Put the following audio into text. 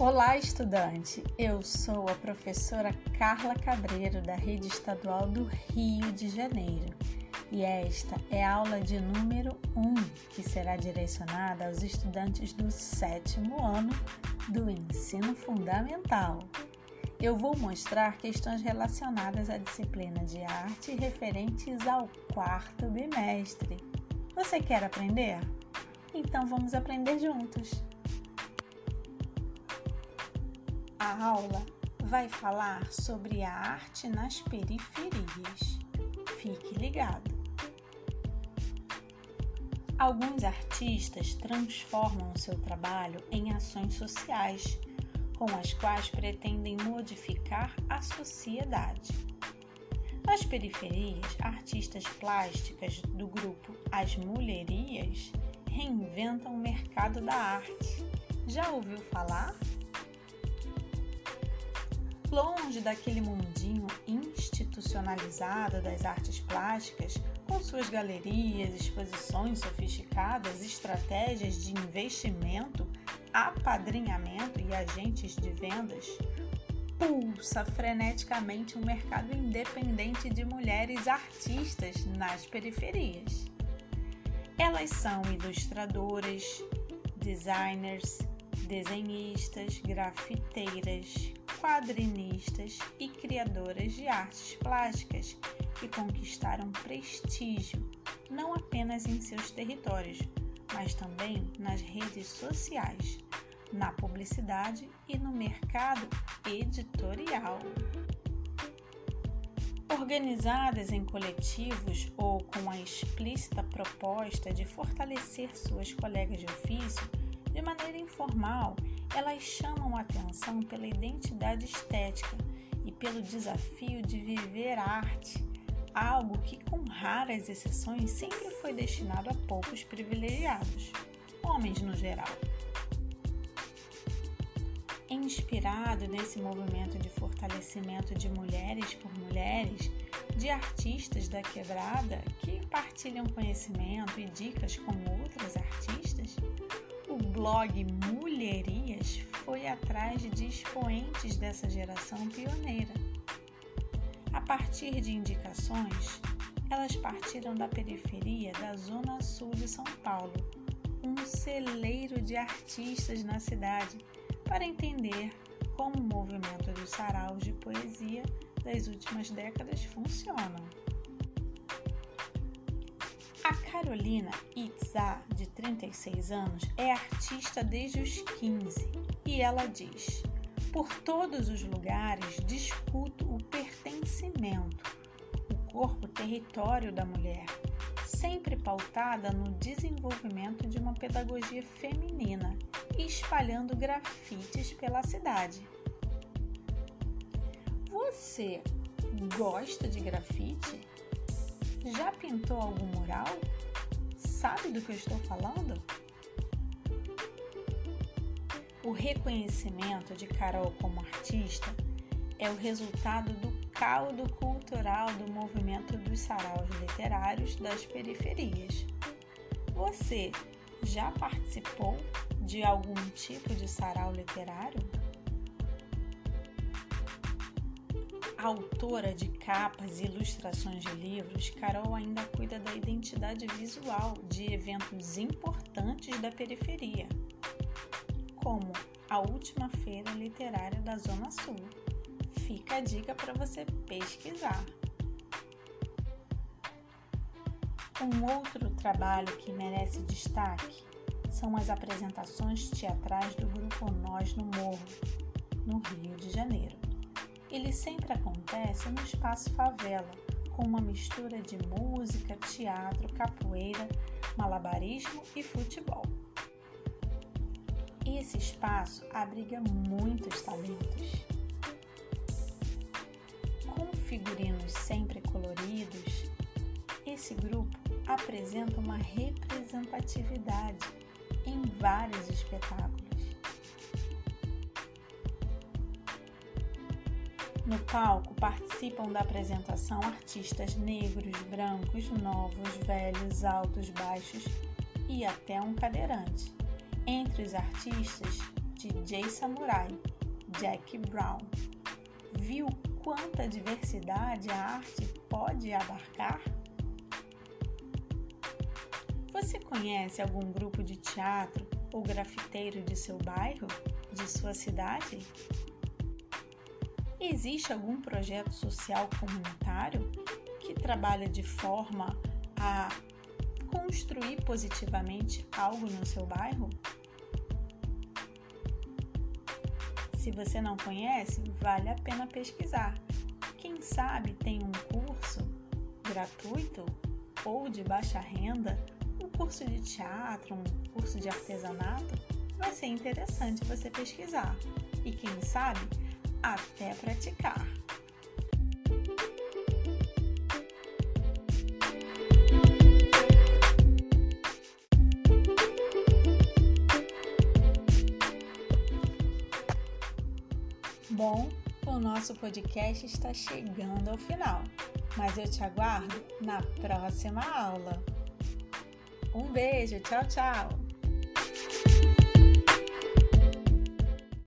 Olá, estudante! Eu sou a professora Carla Cabreiro, da Rede Estadual do Rio de Janeiro. E esta é a aula de número 1, que será direcionada aos estudantes do 7º ano do ensino fundamental. Eu vou mostrar questões relacionadas à disciplina de arte referentes ao 4º bimestre. Você quer aprender? Então vamos aprender juntos! A aula vai falar sobre a arte nas periferias. Fique ligado! Alguns artistas transformam o seu trabalho em ações sociais, com as quais pretendem modificar a sociedade. Nas periferias, artistas plásticas do grupo As Mulherias reinventam o mercado da arte. Já ouviu falar? Longe daquele mundinho institucionalizado das artes plásticas, com suas galerias, exposições sofisticadas, estratégias de investimento, apadrinhamento e agentes de vendas, pulsa freneticamente um mercado independente de mulheres artistas nas periferias. Elas são ilustradoras, designers, desenhistas, grafiteiras, quadrinistas e criadoras de artes plásticas que conquistaram prestígio não apenas em seus territórios, mas também nas redes sociais, na publicidade e no mercado editorial. Organizadas em coletivos ou com a explícita proposta de fortalecer suas colegas de ofício, de maneira informal, elas chamam a atenção pela identidade estética e pelo desafio de viver arte, algo que, com raras exceções, sempre foi destinado a poucos privilegiados, homens no geral. Inspirado nesse movimento de fortalecimento de mulheres por mulheres, de artistas da quebrada que partilham conhecimento e dicas com outras artistas, o blog Mulherias foi atrás de expoentes dessa geração pioneira. A partir de indicações, elas partiram da periferia da Zona Sul de São Paulo, um celeiro de artistas na cidade, para entender como o movimento dos saraus de poesia das últimas décadas funcionam. A Carolina Itzá, de 36 anos, é artista desde os 15 e ela diz: por todos os lugares discuto o pertencimento, o corpo-território da mulher, sempre pautada no desenvolvimento de uma pedagogia feminina e espalhando grafites pela cidade. Você gosta de grafite? Já pintou algum mural? Sabe do que eu estou falando? O reconhecimento de Carol como artista é o resultado do caldo cultural do movimento dos saraus literários das periferias. Você já participou de algum tipo de sarau literário? Autora de capas e ilustrações de livros, Carol ainda cuida da identidade visual de eventos importantes da periferia, como a última feira literária da Zona Sul. Fica a dica para você pesquisar. Um outro trabalho que merece destaque são as apresentações teatrais do grupo Nós no Morro, no Rio de Janeiro. Ele sempre acontece no Espaço Favela, com uma mistura de música, teatro, capoeira, malabarismo e futebol. Esse espaço abriga muitos talentos. Com figurinos sempre coloridos, esse grupo apresenta uma representatividade em vários espetáculos. No palco participam da apresentação artistas negros, brancos, novos, velhos, altos, baixos e até um cadeirante. Entre os artistas, DJ Samurai, Jack Brown. Viu quanta diversidade a arte pode abarcar? Você conhece algum grupo de teatro ou grafiteiro de seu bairro, de sua cidade? Existe algum projeto social comunitário que trabalha de forma a construir positivamente algo no seu bairro? Se você não conhece, vale a pena pesquisar. Quem sabe tem um curso gratuito ou de baixa renda, um curso de teatro, um curso de artesanato. Vai ser interessante você pesquisar e, quem sabe, até praticar. Bom, o nosso podcast está chegando ao final, mas eu te aguardo na próxima aula. Um beijo, tchau, tchau!